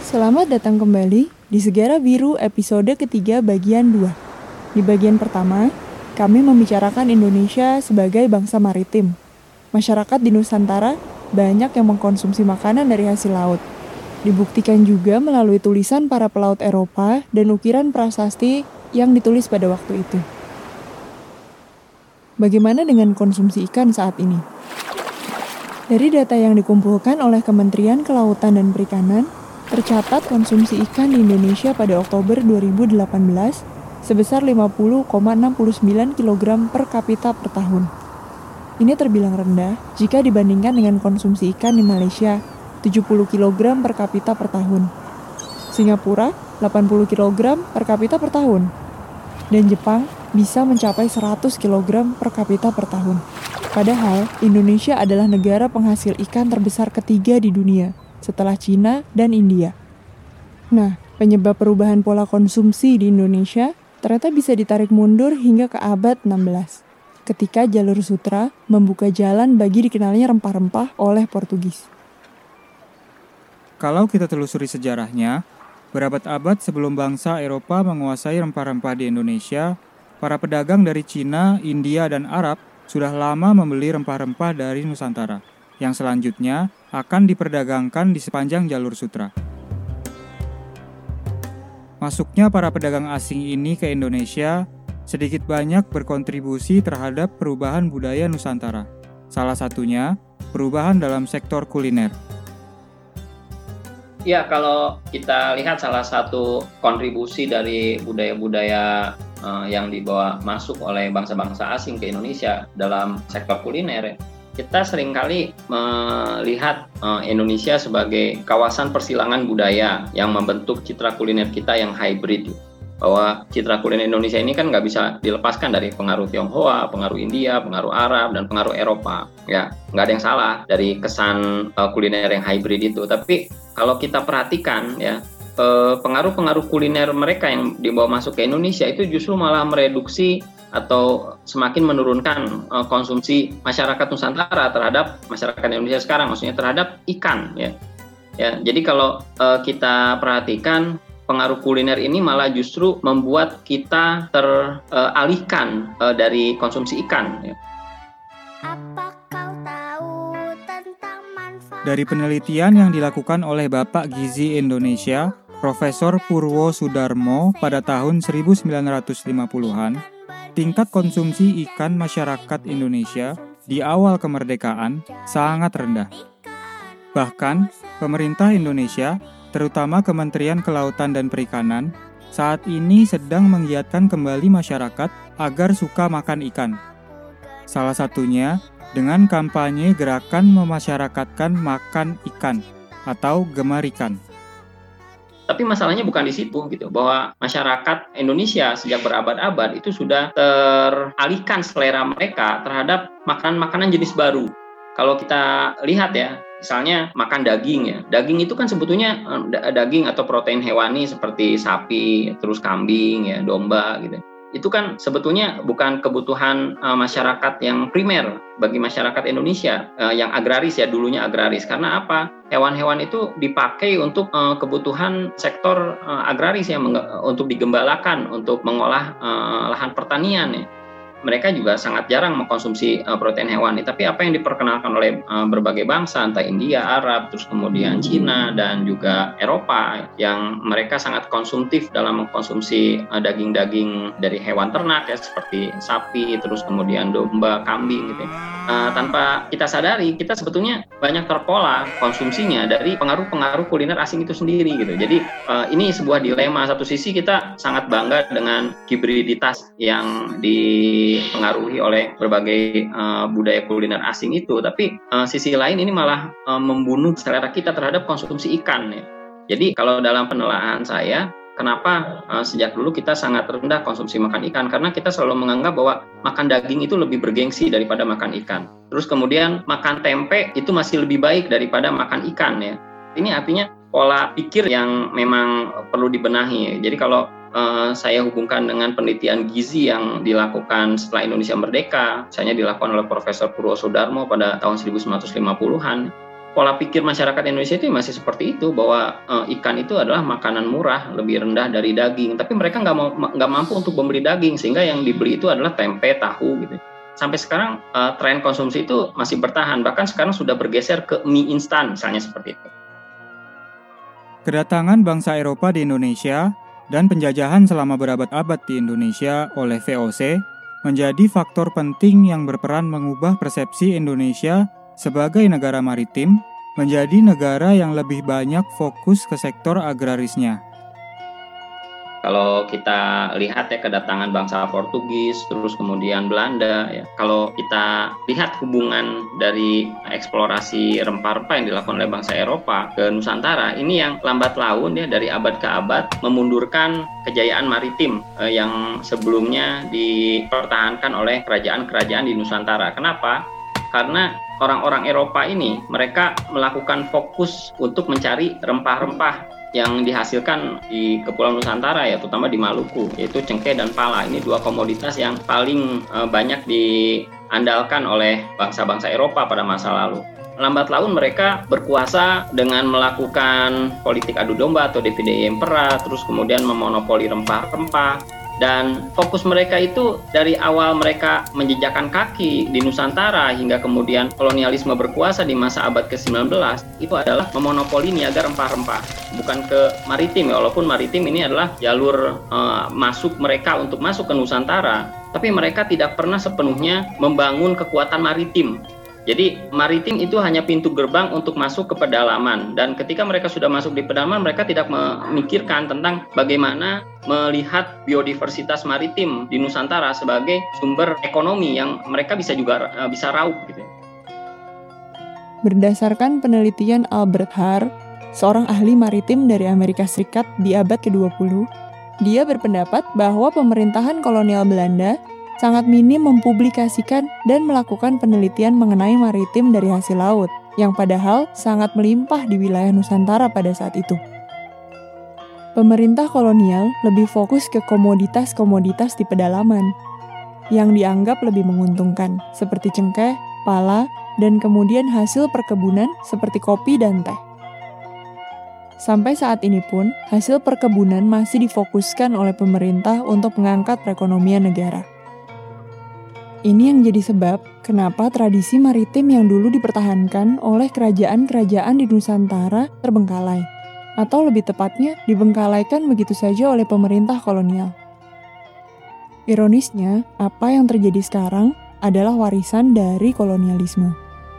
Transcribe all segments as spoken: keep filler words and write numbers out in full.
Selamat datang kembali di Segara Biru episode ketiga bagian dua. Di bagian pertama, kami membicarakan Indonesia sebagai bangsa maritim. Masyarakat di Nusantara banyak yang mengkonsumsi makanan dari hasil laut. Dibuktikan juga melalui tulisan para pelaut Eropa dan ukiran prasasti yang ditulis pada waktu itu. Bagaimana dengan konsumsi ikan saat ini? Dari data yang dikumpulkan oleh Kementerian Kelautan dan Perikanan, tercatat konsumsi ikan di Indonesia pada Oktober dua ribu delapan belas sebesar lima puluh koma enam sembilan kilogram per kapita per tahun. Ini terbilang rendah jika dibandingkan dengan konsumsi ikan di Malaysia, tujuh puluh kilogram per kapita per tahun. Singapura, delapan puluh kilogram per kapita per tahun. Dan Jepang bisa mencapai seratus kilogram per kapita per tahun. Padahal, Indonesia adalah negara penghasil ikan terbesar ketiga di dunia, setelah Cina dan India. Nah, penyebab perubahan pola konsumsi di Indonesia ternyata bisa ditarik mundur hingga ke abad enam belas, ketika jalur sutra membuka jalan bagi dikenalnya rempah-rempah oleh Portugis. Kalau kita telusuri sejarahnya, berabad-abad sebelum bangsa Eropa menguasai rempah-rempah di Indonesia, para pedagang dari Cina, India, dan Arab sudah lama membeli rempah-rempah dari Nusantara, yang selanjutnya akan diperdagangkan di sepanjang jalur sutra. Masuknya para pedagang asing ini ke Indonesia sedikit banyak berkontribusi terhadap perubahan budaya Nusantara. Salah satunya, perubahan dalam sektor kuliner. Ya, kalau kita lihat salah satu kontribusi dari budaya-budaya uh, yang dibawa masuk oleh bangsa-bangsa asing ke Indonesia dalam sektor kuliner, kita seringkali melihat uh, Indonesia sebagai kawasan persilangan budaya yang membentuk citra kuliner kita yang hybrid. Bahwa citra kuliner Indonesia ini kan nggak bisa dilepaskan dari pengaruh Tionghoa, pengaruh India, pengaruh Arab, dan pengaruh Eropa. Ya, nggak ada yang salah dari kesan uh, kuliner yang hybrid itu. Tapi kalau kita perhatikan, ya, uh, pengaruh-pengaruh kuliner mereka yang dibawa masuk ke Indonesia itu justru malah mereduksi atau semakin menurunkan uh, konsumsi masyarakat Nusantara terhadap masyarakat Indonesia sekarang, maksudnya terhadap ikan. Ya, ya. Jadi kalau uh, kita perhatikan, pengaruh kuliner ini malah justru membuat kita teralihkan uh, uh, dari konsumsi ikan. Ya. Apa kau tahu tentang manfaat? Dari penelitian yang dilakukan oleh Bapak Gizi Indonesia, Profesor Purwo Sudarmo pada tahun seribu sembilan ratus lima puluhan, tingkat konsumsi ikan masyarakat Indonesia di awal kemerdekaan sangat rendah. Bahkan, pemerintah Indonesia, terutama Kementerian Kelautan dan Perikanan, saat ini sedang menggiatkan kembali masyarakat agar suka makan ikan. Salah satunya dengan kampanye gerakan memasyarakatkan makan ikan atau gemar ikan. Tapi masalahnya bukan di situ, gitu, bahwa masyarakat Indonesia sejak berabad-abad itu sudah teralihkan selera mereka terhadap makanan-makanan jenis baru. Kalau kita lihat, ya, misalnya makan daging, ya. Daging itu kan sebetulnya daging atau protein hewani seperti sapi, terus kambing, ya, domba, gitu. Itu kan sebetulnya bukan kebutuhan uh, masyarakat yang primer bagi masyarakat Indonesia uh, yang agraris, ya, dulunya agraris. Karena apa? Hewan-hewan itu dipakai untuk uh, kebutuhan sektor uh, agraris, ya, menge- untuk digembalakan, untuk mengolah uh, lahan pertanian, ya. Mereka juga sangat jarang mengkonsumsi uh, protein hewani. Tapi apa yang diperkenalkan oleh uh, berbagai bangsa, entah India, Arab, terus kemudian Cina, dan juga Eropa, yang mereka sangat konsumtif dalam mengkonsumsi uh, daging-daging dari hewan ternak, ya, seperti sapi, terus kemudian domba, kambing, gitu. Uh, tanpa kita sadari, kita sebetulnya banyak terpola konsumsinya dari pengaruh-pengaruh kuliner asing itu sendiri, gitu. Jadi uh, ini sebuah dilema. Satu sisi kita sangat bangga dengan hibriditas yang di dipengaruhi oleh berbagai uh, budaya kuliner asing itu, tapi uh, sisi lain ini malah uh, membunuh selera kita terhadap konsumsi ikan, ya. Jadi kalau dalam penelaahan saya, kenapa uh, sejak dulu kita sangat rendah konsumsi makan ikan, karena kita selalu menganggap bahwa makan daging itu lebih bergengsi daripada makan ikan. Terus kemudian makan tempe itu masih lebih baik daripada makan ikan, ya. Ini artinya pola pikir yang memang perlu dibenahi. Jadi kalau Uh, saya hubungkan dengan penelitian gizi yang dilakukan setelah Indonesia merdeka, misalnya dilakukan oleh Profesor Purwo Sudarmo pada tahun seribu sembilan ratus lima puluhan, pola pikir masyarakat Indonesia itu masih seperti itu, bahwa uh, ikan itu adalah makanan murah, lebih rendah dari daging. Tapi mereka nggak mau nggak mampu untuk membeli daging, sehingga yang dibeli itu adalah tempe, tahu gitu. Sampai sekarang uh, tren konsumsi itu masih bertahan, bahkan sekarang sudah bergeser ke mie instan misalnya seperti itu. Kedatangan bangsa Eropa di Indonesia dan penjajahan selama berabad-abad di Indonesia oleh V O C menjadi faktor penting yang berperan mengubah persepsi Indonesia sebagai negara maritim menjadi negara yang lebih banyak fokus ke sektor agrarisnya. Kalau kita lihat ya kedatangan bangsa Portugis, terus kemudian Belanda, ya. Kalau kita lihat hubungan dari eksplorasi rempah-rempah yang dilakukan oleh bangsa Eropa ke Nusantara, ini yang lambat laun ya dari abad ke abad memundurkan kejayaan maritim eh, yang sebelumnya dipertahankan oleh kerajaan-kerajaan di Nusantara. Kenapa? Karena orang-orang Eropa ini mereka melakukan fokus untuk mencari rempah-rempah yang dihasilkan di Kepulauan Nusantara ya, terutama di Maluku, yaitu cengkeh dan pala. Ini dua komoditas yang paling uh, banyak diandalkan oleh bangsa-bangsa Eropa pada masa lalu. Lambat laun mereka berkuasa dengan melakukan politik adu domba atau divide impera, terus kemudian memonopoli rempah-rempah. Dan fokus mereka itu dari awal mereka menjejakkan kaki di Nusantara hingga kemudian kolonialisme berkuasa di masa abad ke sembilan belas, itu adalah memonopoli niaga rempah-rempah, bukan ke maritim ya, walaupun maritim ini adalah jalur uh, masuk mereka untuk masuk ke Nusantara, tapi mereka tidak pernah sepenuhnya membangun kekuatan maritim. Jadi maritim itu hanya pintu gerbang untuk masuk ke pedalaman, dan ketika mereka sudah masuk di pedalaman, mereka tidak memikirkan tentang bagaimana melihat biodiversitas maritim di Nusantara sebagai sumber ekonomi yang mereka bisa juga uh, bisa raup gitu. Berdasarkan penelitian Albert Haar, seorang ahli maritim dari Amerika Serikat di abad ke dua puluh, dia berpendapat bahwa pemerintahan kolonial Belanda sangat minim mempublikasikan dan melakukan penelitian mengenai maritim dari hasil laut, yang padahal sangat melimpah di wilayah Nusantara pada saat itu. Pemerintah kolonial lebih fokus ke komoditas-komoditas di pedalaman, yang dianggap lebih menguntungkan, seperti cengkeh, pala, dan kemudian hasil perkebunan seperti kopi dan teh. Sampai saat ini pun, hasil perkebunan masih difokuskan oleh pemerintah untuk mengangkat perekonomian negara. Ini yang jadi sebab kenapa tradisi maritim yang dulu dipertahankan oleh kerajaan-kerajaan di Nusantara terbengkalai, atau lebih tepatnya dibengkalaikan begitu saja oleh pemerintah kolonial. Ironisnya, apa yang terjadi sekarang adalah warisan dari kolonialisme.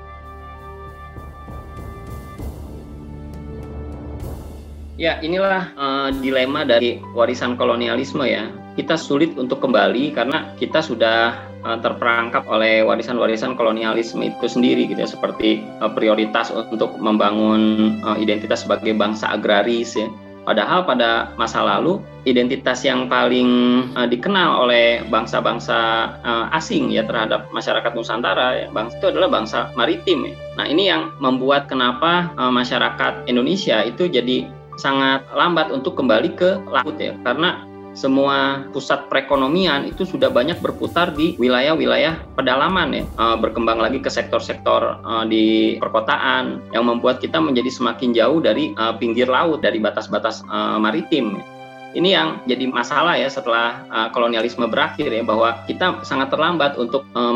Ya, inilah uh, dilema dari warisan kolonialisme ya. Kita sulit untuk kembali karena kita sudah uh, terperangkap oleh warisan-warisan kolonialisme itu sendiri gitu ya, seperti uh, prioritas untuk membangun uh, identitas sebagai bangsa agraris ya. Padahal pada masa lalu identitas yang paling uh, dikenal oleh bangsa-bangsa uh, asing ya terhadap masyarakat Nusantara ya, bangsa itu adalah bangsa maritim ya. Nah, ini yang membuat kenapa uh, masyarakat Indonesia itu jadi sangat lambat untuk kembali ke laut ya, karena semua pusat perekonomian itu sudah banyak berputar di wilayah-wilayah pedalaman ya, e, berkembang lagi ke sektor-sektor e, di perkotaan yang membuat kita menjadi semakin jauh dari e, pinggir laut, dari batas-batas e, maritim. Ini yang jadi masalah ya setelah uh, kolonialisme berakhir ya, bahwa kita sangat terlambat untuk uh,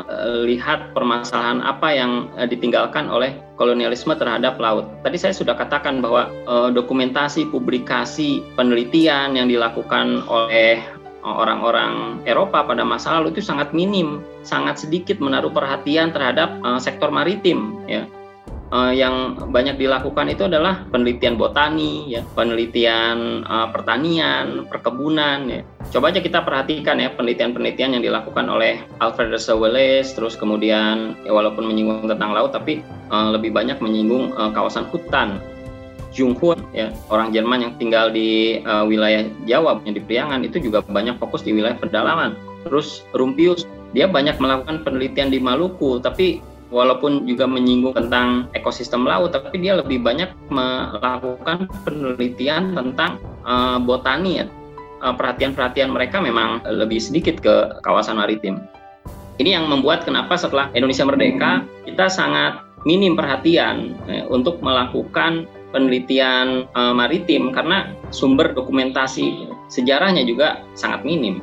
melihat permasalahan apa yang uh, ditinggalkan oleh kolonialisme terhadap laut. Tadi saya sudah katakan bahwa uh, dokumentasi, publikasi, penelitian yang dilakukan oleh orang-orang Eropa pada masa lalu itu sangat minim, sangat sedikit menaruh perhatian terhadap uh, sektor maritim ya. Uh, yang banyak dilakukan itu adalah penelitian botani, ya, penelitian uh, pertanian, perkebunan. Ya. Coba aja kita perhatikan ya penelitian-penelitian yang dilakukan oleh Alfred Russel Wallace, terus kemudian ya, walaupun menyinggung tentang laut, tapi uh, lebih banyak menyinggung uh, kawasan hutan. Jung Hoon, ya, orang Jerman yang tinggal di uh, wilayah Jawa, yang di Priangan, itu juga banyak fokus di wilayah pedalaman. Terus Rumpius, dia banyak melakukan penelitian di Maluku, tapi walaupun juga menyinggung tentang ekosistem laut, tapi dia lebih banyak melakukan penelitian tentang uh, botani ya. Uh, perhatian-perhatian mereka memang lebih sedikit ke kawasan maritim. Ini yang membuat kenapa setelah Indonesia merdeka, kita sangat minim perhatian eh, untuk melakukan penelitian eh, maritim karena sumber dokumentasi sejarahnya juga sangat minim.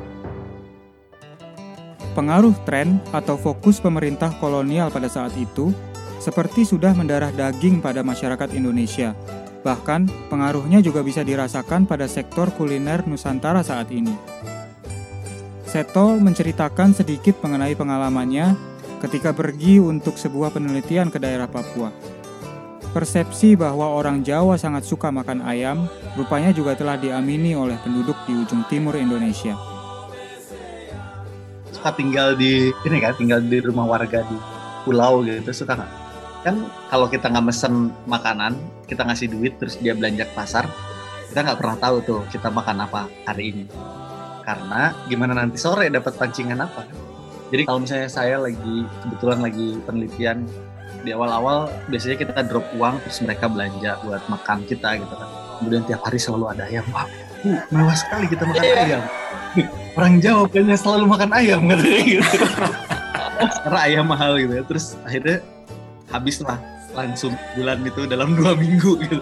Pengaruh tren atau fokus pemerintah kolonial pada saat itu seperti sudah mendarah daging pada masyarakat Indonesia. Bahkan, pengaruhnya juga bisa dirasakan pada sektor kuliner Nusantara saat ini. Setol menceritakan sedikit mengenai pengalamannya ketika pergi untuk sebuah penelitian ke daerah Papua. Persepsi bahwa orang Jawa sangat suka makan ayam rupanya juga telah diamini oleh penduduk di ujung timur Indonesia. Suka tinggal di ini kan, tinggal di rumah warga di pulau gitu, suka nggak? Kan kalau kita nggak mesen makanan, kita ngasih duit terus dia belanja ke pasar, kita nggak pernah tahu tuh kita makan apa hari ini. Karena gimana nanti sore dapat pancingan apa. Jadi kalau misalnya saya lagi kebetulan lagi penelitian, di awal-awal biasanya kita drop uang terus mereka belanja buat makan kita gitu kan. Kemudian tiap hari selalu ada ayam. Wah, uh, mewah sekali kita makan ayam. Orang Jawa kayaknya selalu makan ayam katanya gitu. Karena ayam mahal gitu ya. Terus akhirnya habislah langsung bulan itu dalam dua minggu gitu.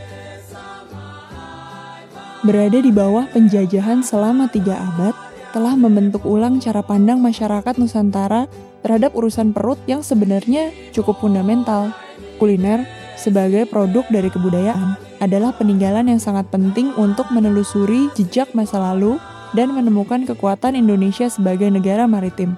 Berada di bawah penjajahan selama tiga abad, telah membentuk ulang cara pandang masyarakat Nusantara terhadap urusan perut yang sebenarnya cukup fundamental. Kuliner, sebagai produk dari kebudayaan, adalah peninggalan yang sangat penting untuk menelusuri jejak masa lalu dan menemukan kekuatan Indonesia sebagai negara maritim.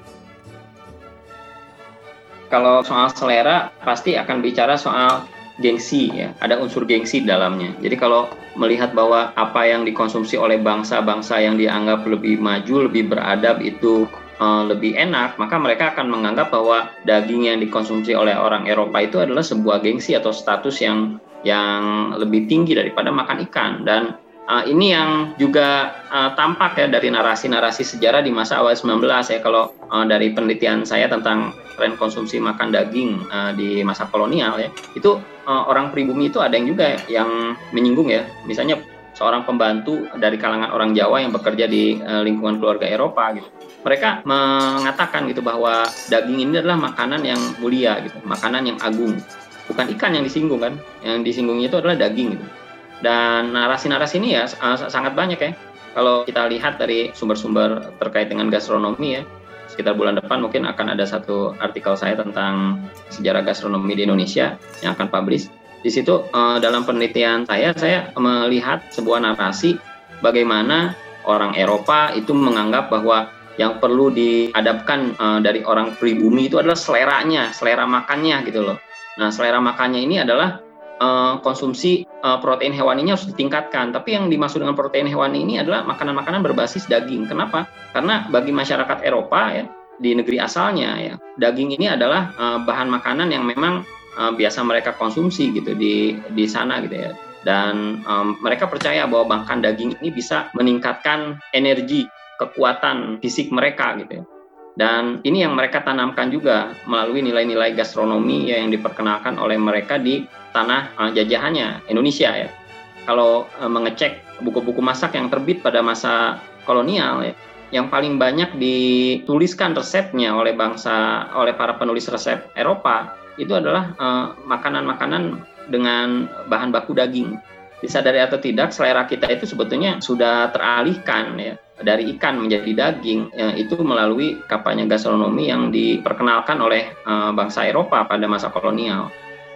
Kalau soal selera, pasti akan bicara soal gengsi ya, ada unsur gengsi di dalamnya. Jadi kalau melihat bahwa apa yang dikonsumsi oleh bangsa-bangsa yang dianggap lebih maju, lebih beradab itu uh, lebih enak, maka mereka akan menganggap bahwa daging yang dikonsumsi oleh orang Eropa itu adalah sebuah gengsi atau status yang yang lebih tinggi daripada makan ikan. Dan uh, ini yang juga uh, tampak ya dari narasi-narasi sejarah di masa awal sembilan belas ya. Kalau uh, dari penelitian saya tentang tren konsumsi makan daging uh, di masa kolonial ya, itu uh, orang pribumi itu ada yang juga yang menyinggung ya, misalnya seorang pembantu dari kalangan orang Jawa yang bekerja di uh, lingkungan keluarga Eropa gitu, mereka mengatakan gitu bahwa daging ini adalah makanan yang mulia gitu, makanan yang agung, bukan ikan yang disinggung kan, yang disinggungnya itu adalah daging gitu. Dan narasi-narasi ini ya uh, sangat banyak ya, kalau kita lihat dari sumber-sumber terkait dengan gastronomi ya. Sekitar bulan depan mungkin akan ada satu artikel saya tentang sejarah gastronomi di Indonesia yang akan publish. Di situ uh, dalam penelitian saya, saya melihat sebuah narasi bagaimana orang Eropa itu menganggap bahwa yang perlu diadapkan uh, dari orang pribumi itu adalah seleranya, selera makannya gitu loh. Nah, selera makannya ini adalah uh, konsumsi uh, protein hewaninya harus ditingkatkan. Tapi yang dimaksud dengan protein hewani ini adalah makanan-makanan berbasis daging. Kenapa? Karena bagi masyarakat Eropa ya, di negeri asalnya ya, daging ini adalah uh, bahan makanan yang memang uh, biasa mereka konsumsi gitu di di sana gitu ya. Dan um, mereka percaya bahwa makan daging ini bisa meningkatkan energi, kekuatan fisik mereka gitu ya. Dan ini yang mereka tanamkan juga melalui nilai-nilai gastronomi ya, yang diperkenalkan oleh mereka di tanah uh, jajahannya Indonesia ya. Kalau uh, mengecek buku-buku masak yang terbit pada masa kolonial ya, yang paling banyak dituliskan resepnya oleh bangsa, oleh para penulis resep Eropa itu adalah uh, makanan-makanan dengan bahan baku daging. Disadari atau tidak, selera kita itu sebetulnya sudah teralihkan ya, dari ikan menjadi daging ya, itu melalui kampanye gastronomi yang diperkenalkan oleh uh, bangsa Eropa pada masa kolonial.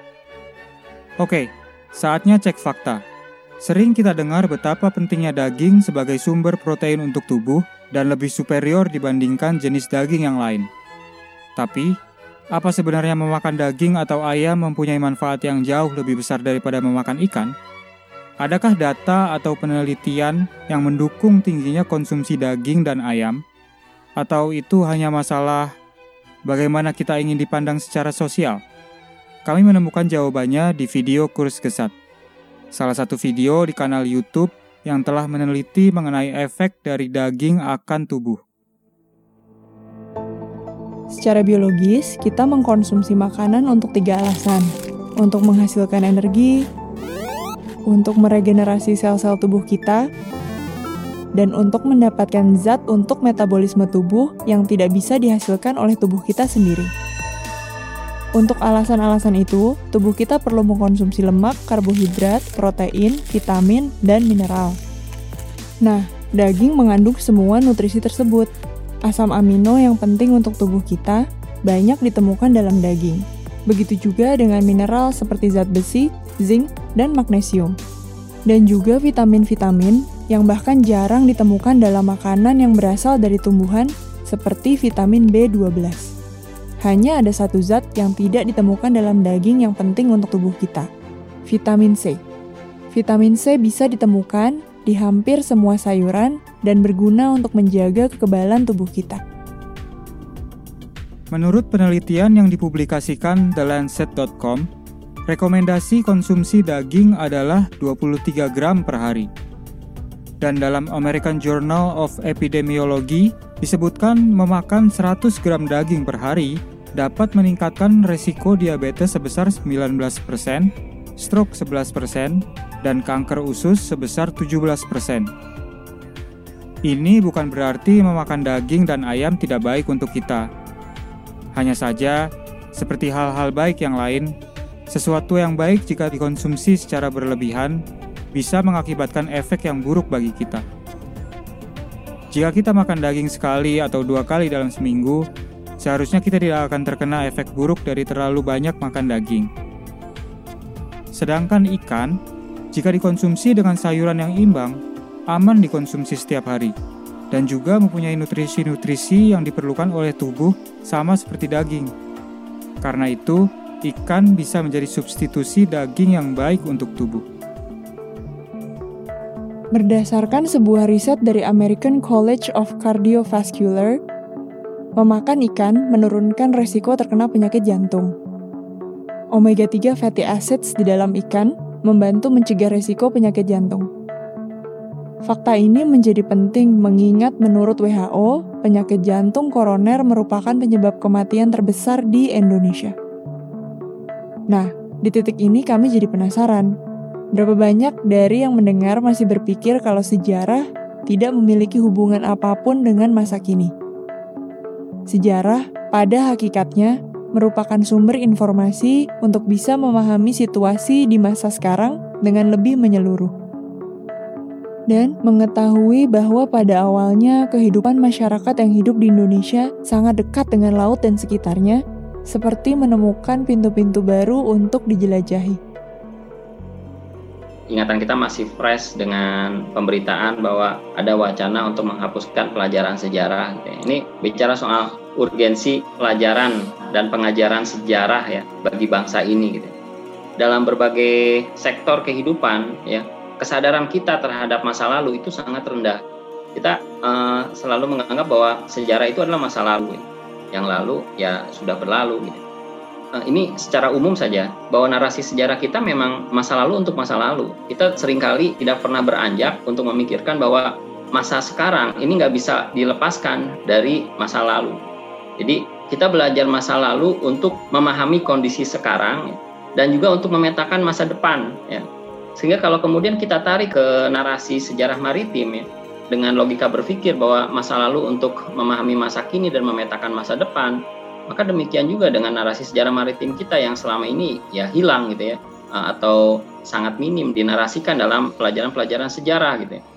Oke, saatnya cek fakta. Sering kita dengar betapa pentingnya daging sebagai sumber protein untuk tubuh dan lebih superior dibandingkan jenis daging yang lain. Tapi, apa sebenarnya memakan daging atau ayam mempunyai manfaat yang jauh lebih besar daripada memakan ikan? Adakah data atau penelitian yang mendukung tingginya konsumsi daging dan ayam? Atau itu hanya masalah bagaimana kita ingin dipandang secara sosial? Kami menemukan jawabannya di video Kurs Gesat, salah satu video di kanal YouTube yang telah meneliti mengenai efek dari daging akan tubuh. Secara biologis, kita mengkonsumsi makanan untuk tiga alasan. Untuk menghasilkan energi, untuk meregenerasi sel-sel tubuh kita, dan untuk mendapatkan zat untuk metabolisme tubuh yang tidak bisa dihasilkan oleh tubuh kita sendiri. Untuk alasan-alasan itu, tubuh kita perlu mengkonsumsi lemak, karbohidrat, protein, vitamin, dan mineral. Nah, daging mengandung semua nutrisi tersebut. Asam amino yang penting untuk tubuh kita banyak ditemukan dalam daging. Begitu juga dengan mineral seperti zat besi, zinc, dan magnesium. Dan juga vitamin-vitamin yang bahkan jarang ditemukan dalam makanan yang berasal dari tumbuhan seperti vitamin B dua belas. Hanya ada satu zat yang tidak ditemukan dalam daging yang penting untuk tubuh kita, vitamin C. Vitamin C bisa ditemukan di hampir semua sayuran dan berguna untuk menjaga kekebalan tubuh kita. Menurut penelitian yang dipublikasikan the lancet dot com, rekomendasi konsumsi daging adalah dua puluh tiga gram per hari. Dan dalam American Journal of Epidemiology disebutkan memakan seratus gram daging per hari dapat meningkatkan resiko diabetes sebesar sembilan belas persen, stroke sebelas persen, dan kanker usus sebesar tujuh belas persen. Ini bukan berarti memakan daging dan ayam tidak baik untuk kita. Hanya saja, seperti hal-hal baik yang lain, sesuatu yang baik jika dikonsumsi secara berlebihan bisa mengakibatkan efek yang buruk bagi kita. Jika kita makan daging sekali atau dua kali dalam seminggu, seharusnya kita tidak akan terkena efek buruk dari terlalu banyak makan daging. Sedangkan ikan, jika dikonsumsi dengan sayuran yang imbang, aman dikonsumsi setiap hari, dan juga mempunyai nutrisi-nutrisi yang diperlukan oleh tubuh sama seperti daging. Karena itu, ikan bisa menjadi substitusi daging yang baik untuk tubuh. Berdasarkan sebuah riset dari American College of Cardiovascular, memakan ikan menurunkan resiko terkena penyakit jantung. omega tiga fatty acids di dalam ikan membantu mencegah resiko penyakit jantung. Fakta ini menjadi penting mengingat menurut W H O, penyakit jantung koroner merupakan penyebab kematian terbesar di Indonesia. Nah, di titik ini kami jadi penasaran. Berapa banyak dari yang mendengar masih berpikir kalau sejarah tidak memiliki hubungan apapun dengan masa kini? Sejarah, pada hakikatnya, merupakan sumber informasi untuk bisa memahami situasi di masa sekarang dengan lebih menyeluruh. Dan mengetahui bahwa pada awalnya kehidupan masyarakat yang hidup di Indonesia sangat dekat dengan laut dan sekitarnya, seperti menemukan pintu-pintu baru untuk dijelajahi. Ingatan kita masih fresh dengan pemberitaan bahwa ada wacana untuk menghapuskan pelajaran sejarah. Ini bicara soal urgensi pelajaran dan pengajaran sejarah ya bagi bangsa ini gitu. Dalam berbagai sektor kehidupan ya, kesadaran kita terhadap masa lalu itu sangat rendah. Kita uh, selalu menganggap bahwa sejarah itu adalah masa lalu. Yang lalu ya sudah berlalu gitu. Uh, ini secara umum saja, bahwa narasi sejarah kita memang masa lalu untuk masa lalu. Kita seringkali tidak pernah beranjak untuk memikirkan bahwa masa sekarang ini nggak bisa dilepaskan dari masa lalu. Jadi kita belajar masa lalu untuk memahami kondisi sekarang dan juga untuk memetakan masa depan. Ya. Sehingga kalau kemudian kita tarik ke narasi sejarah maritim ya, dengan logika berpikir bahwa masa lalu untuk memahami masa kini dan memetakan masa depan, maka demikian juga dengan narasi sejarah maritim kita yang selama ini ya hilang gitu ya, atau sangat minim dinarasikan dalam pelajaran-pelajaran sejarah gitu ya.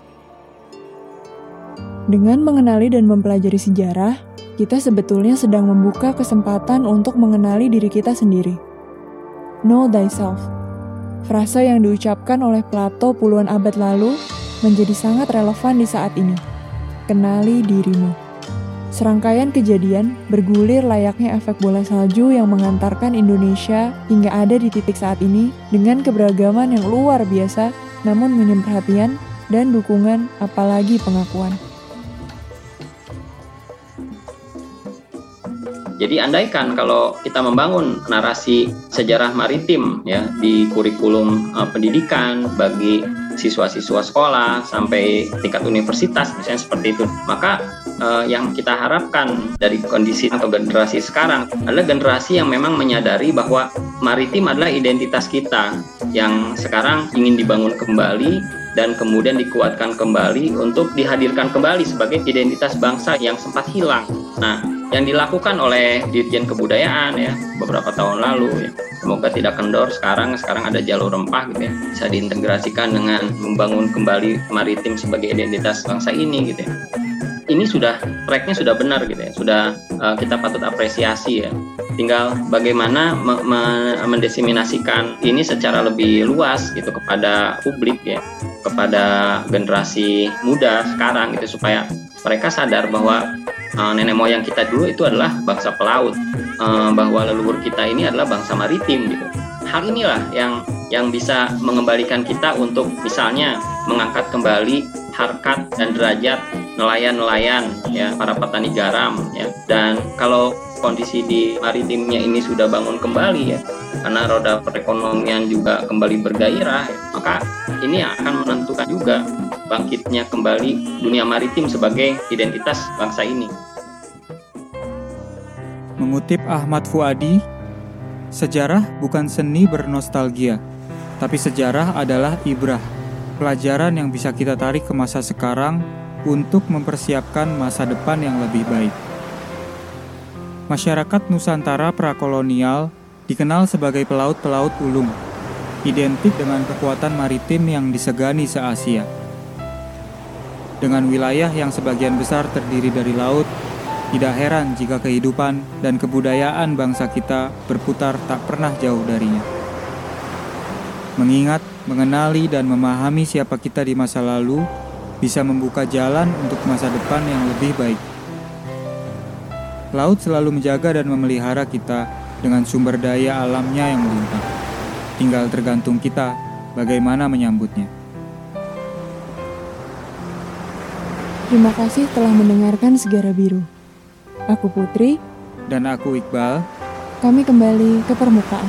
Dengan mengenali dan mempelajari sejarah, kita sebetulnya sedang membuka kesempatan untuk mengenali diri kita sendiri. Know thyself. Frasa yang diucapkan oleh Plato puluhan abad lalu menjadi sangat relevan di saat ini. Kenali dirimu. Serangkaian kejadian bergulir layaknya efek bola salju yang mengantarkan Indonesia hingga ada di titik saat ini dengan keberagaman yang luar biasa, namun minim perhatian dan dukungan apalagi pengakuan. Jadi andaikan kalau kita membangun narasi sejarah maritim ya di kurikulum uh, pendidikan bagi siswa-siswa sekolah sampai tingkat universitas misalnya seperti itu, maka uh, yang kita harapkan dari kondisi atau generasi sekarang adalah generasi yang memang menyadari bahwa maritim adalah identitas kita yang sekarang ingin dibangun kembali dan kemudian dikuatkan kembali untuk dihadirkan kembali sebagai identitas bangsa yang sempat hilang. Nah, yang dilakukan oleh Dirjen Kebudayaan ya beberapa tahun lalu ya. Semoga tidak kendor sekarang sekarang ada jalur rempah gitu ya, bisa diintegrasikan dengan membangun kembali maritim sebagai identitas bangsa ini gitu ya. Ini sudah tracknya sudah benar gitu ya, sudah uh, kita patut apresiasi ya. Tinggal bagaimana me- me- mendiseminasikan ini secara lebih luas gitu kepada publik ya, kepada generasi muda sekarang gitu, supaya mereka sadar bahwa uh, nenek moyang kita dulu itu adalah bangsa pelaut, uh, bahwa leluhur kita ini adalah bangsa maritim gitu. Hal inilah yang yang bisa mengembalikan kita untuk misalnya mengangkat kembali harkat dan derajat nelayan-nelayan ya, para petani garam ya. Dan kalau kondisi di maritimnya ini sudah bangun kembali ya, karena roda perekonomian juga kembali bergairah ya, maka ini akan menentukan juga bangkitnya kembali dunia maritim sebagai identitas bangsa ini. Mengutip Ahmad Fuadi, sejarah bukan seni bernostalgia, tapi sejarah adalah ibrah, pelajaran yang bisa kita tarik ke masa sekarang untuk mempersiapkan masa depan yang lebih baik. Masyarakat Nusantara prakolonial dikenal sebagai pelaut-pelaut ulung, identik dengan kekuatan maritim yang disegani se-Asia. Dengan wilayah yang sebagian besar terdiri dari laut, tidak heran jika kehidupan dan kebudayaan bangsa kita berputar tak pernah jauh darinya. Mengingat, mengenali, dan memahami siapa kita di masa lalu bisa membuka jalan untuk masa depan yang lebih baik. Laut selalu menjaga dan memelihara kita dengan sumber daya alamnya yang melimpah. Tinggal tergantung kita bagaimana menyambutnya. Terima kasih telah mendengarkan Segara Biru. Aku Putri. Dan aku Iqbal. Kami kembali ke permukaan.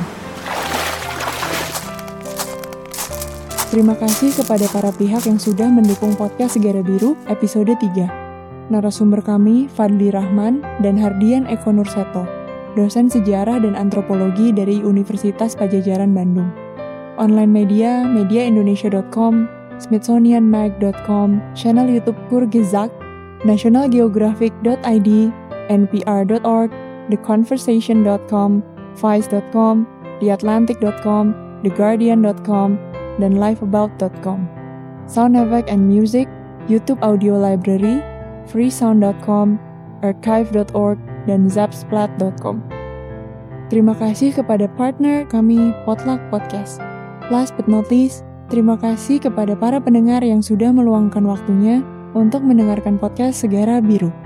Terima kasih kepada para pihak yang sudah mendukung podcast Segara Biru episode tiga. Narasumber kami Fadli Rahman dan Hardian Eko Nurseto, dosen sejarah dan antropologi dari Universitas Padjadjaran Bandung. Online media, mediaindonesia dot com, smithsonian mag dot com, channel YouTube Kurgezak, national geographic dot i d, n p r dot org, the conversation dot com, vice dot com, the atlantic dot com, the guardian dot com, dan liveabout dot com. Sound effect and music, YouTube Audio Library, freesound dot com, archive dot org, dan zapsplat dot com. Terima kasih kepada partner kami Potluck Podcast. Last but not least, terima kasih kepada para pendengar yang sudah meluangkan waktunya untuk mendengarkan podcast Segara Biru.